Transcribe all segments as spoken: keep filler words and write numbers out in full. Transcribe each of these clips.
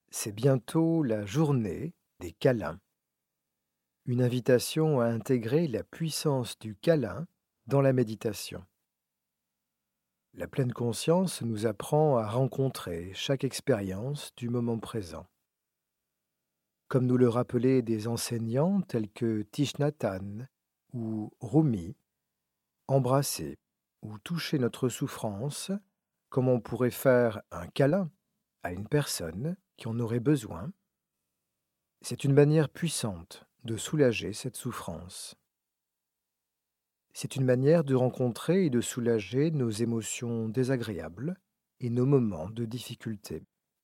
C'est bientôt la journée des câlins, une invitation à intégrer la puissance du câlin dans la méditation. La pleine conscience nous apprend à rencontrer chaque expérience du moment présent. Comme nous le rappelaient des enseignants tels que Thich Nhat Hanh ou Rumi, embrasser ou toucher notre souffrance comme on pourrait faire un câlin à une personne qui en aurait besoin. C'est une manière puissante de soulager cette souffrance. C'est une manière de rencontrer et de soulager nos émotions désagréables et nos moments de difficulté.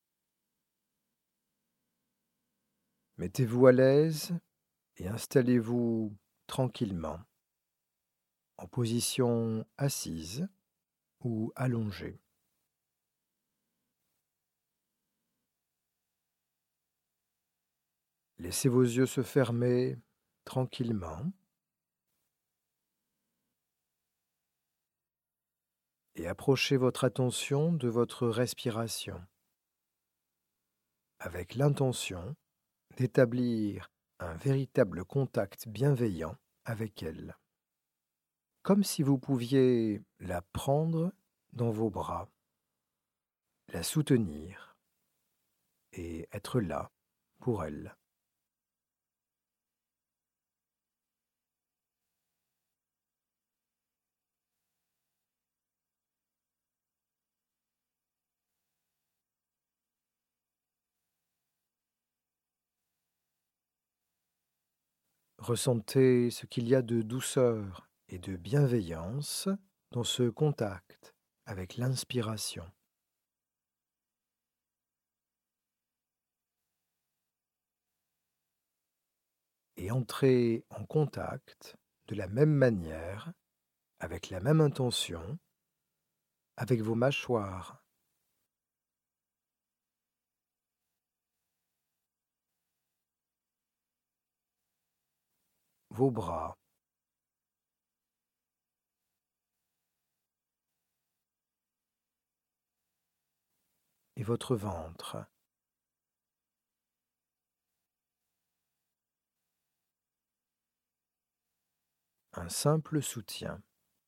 Mettez-vous à l'aise et installez-vous tranquillement, en position assise ou allongée. Laissez vos yeux se fermer tranquillement et approchez votre attention de votre respiration avec l'intention d'établir un véritable contact bienveillant avec elle, comme si vous pouviez la prendre dans vos bras, la soutenir et être là pour elle. Ressentez ce qu'il y a de douceur et de bienveillance dans ce contact avec l'inspiration. Et entrez en contact de la même manière, avec la même intention, avec vos mâchoires, vos bras, et votre ventre. Un simple soutien.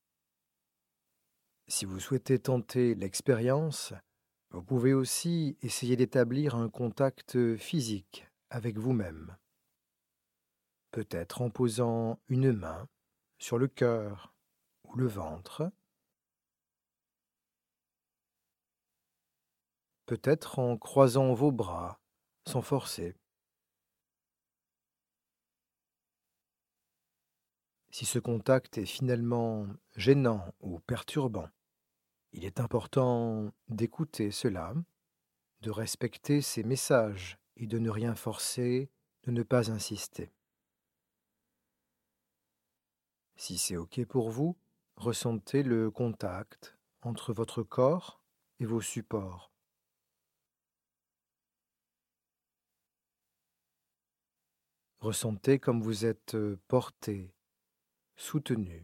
Si vous souhaitez tenter l'expérience, vous pouvez aussi essayer d'établir un contact physique avec vous-même, peut-être en posant une main sur le cœur ou le ventre, peut-être en croisant vos bras sans forcer. Si ce contact est finalement gênant ou perturbant, il est important d'écouter cela, de respecter ces messages et de ne rien forcer, de ne pas insister. Si c'est OK pour vous, ressentez le contact entre votre corps et vos supports. Ressentez comme vous êtes porté, soutenu.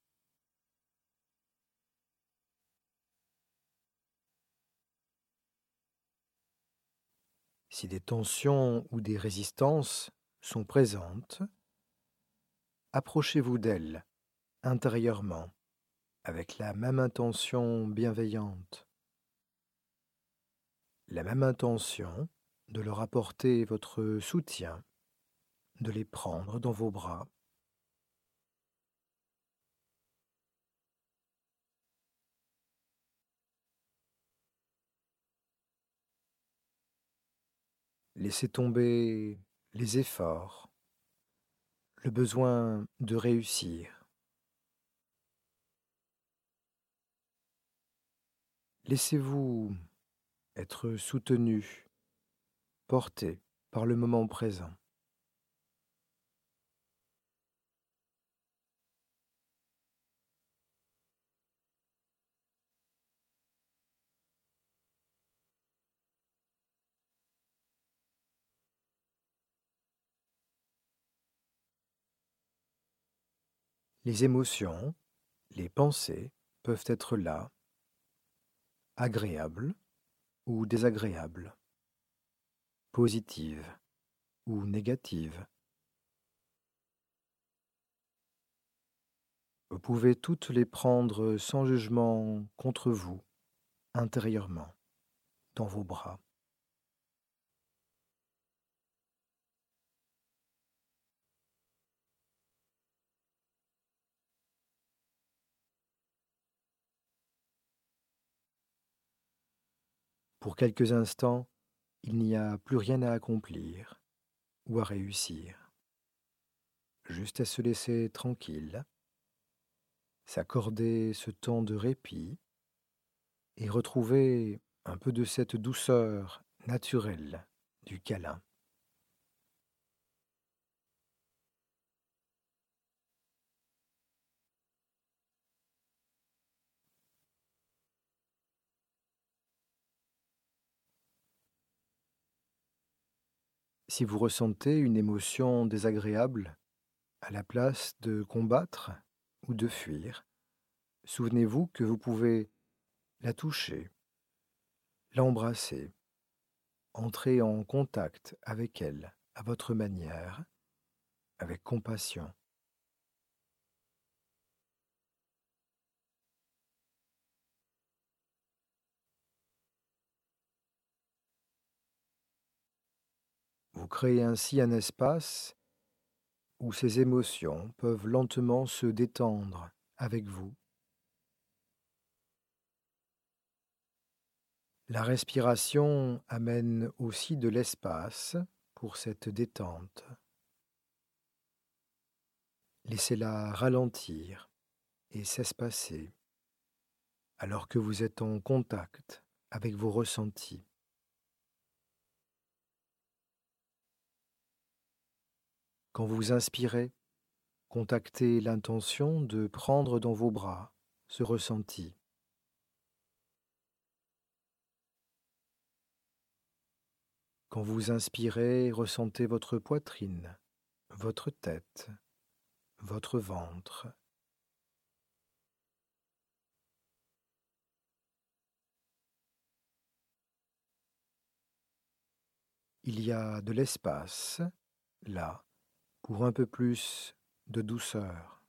Si des tensions ou des résistances sont présentes, approchez-vous d'elles intérieurement avec la même intention bienveillante, la même intention de leur apporter votre soutien, de les prendre dans vos bras. Laissez tomber les efforts, le besoin de réussir. Laissez-vous être soutenu, porté par le moment présent. Les émotions, les pensées peuvent être là, agréables ou désagréables. positives ou négatives. Vous pouvez toutes les prendre sans jugement contre vous, intérieurement, dans vos bras. Pour quelques instants, il n'y a plus rien à accomplir ou à réussir, juste à se laisser tranquille, s'accorder ce temps de répit et retrouver un peu de cette douceur naturelle du câlin. Si vous ressentez une émotion désagréable, à la place de combattre ou de fuir, souvenez-vous que vous pouvez la toucher, l'embrasser, entrer en contact avec elle à votre manière, avec compassion. Vous créez ainsi un espace où ces émotions peuvent lentement se détendre avec vous. La respiration amène aussi de l'espace pour cette détente. Laissez-la ralentir et s'espacer alors que vous êtes en contact avec vos ressentis. Quand vous inspirez, contactez l'intention de prendre dans vos bras ce ressenti. Quand vous inspirez, ressentez votre poitrine, votre tête, votre ventre. Il y a de l'espace, là, pour un peu plus de douceur.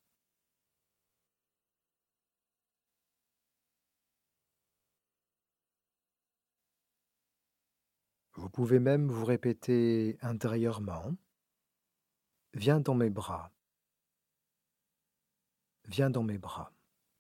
Vous pouvez même vous répéter intérieurement: Viens dans mes bras, viens dans mes bras.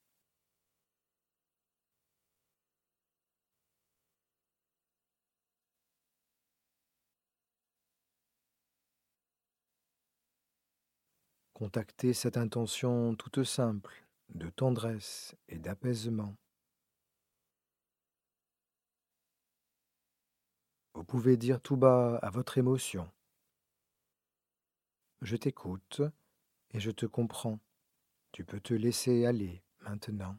Contactez cette intention toute simple de tendresse et d'apaisement. Vous pouvez dire tout bas à votre émotion: Je t'écoute et je te comprends. Tu peux te laisser aller maintenant.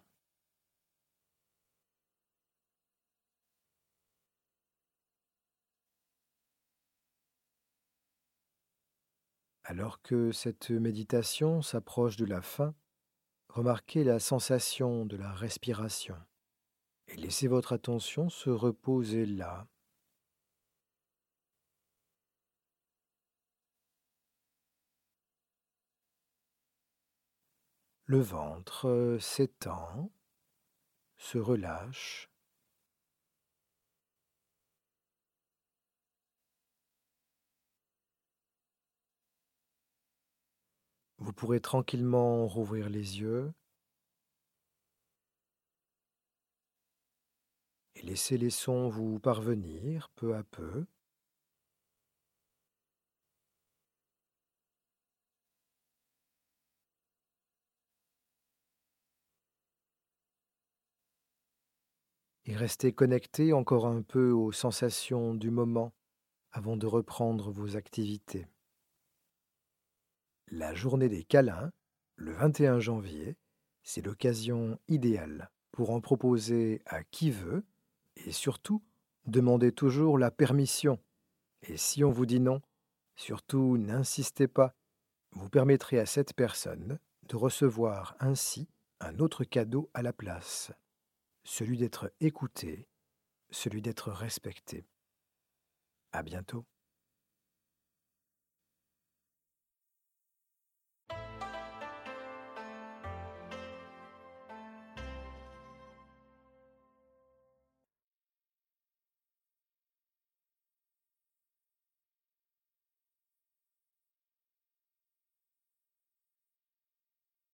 Alors que cette méditation s'approche de la fin, remarquez la sensation de la respiration et laissez votre attention se reposer là. Le ventre euh, s'étend, se relâche. Vous pourrez tranquillement rouvrir les yeux et laisser les sons vous parvenir peu à peu. Et restez connecté encore un peu aux sensations du moment avant de reprendre vos activités. La journée des câlins, le vingt et un janvier, c'est l'occasion idéale pour en proposer à qui veut et surtout demandez toujours la permission. Et si on vous dit non, surtout n'insistez pas. Vous permettrez à cette personne de recevoir ainsi un autre cadeau à la place, celui d'être écouté, celui d'être respecté. À bientôt.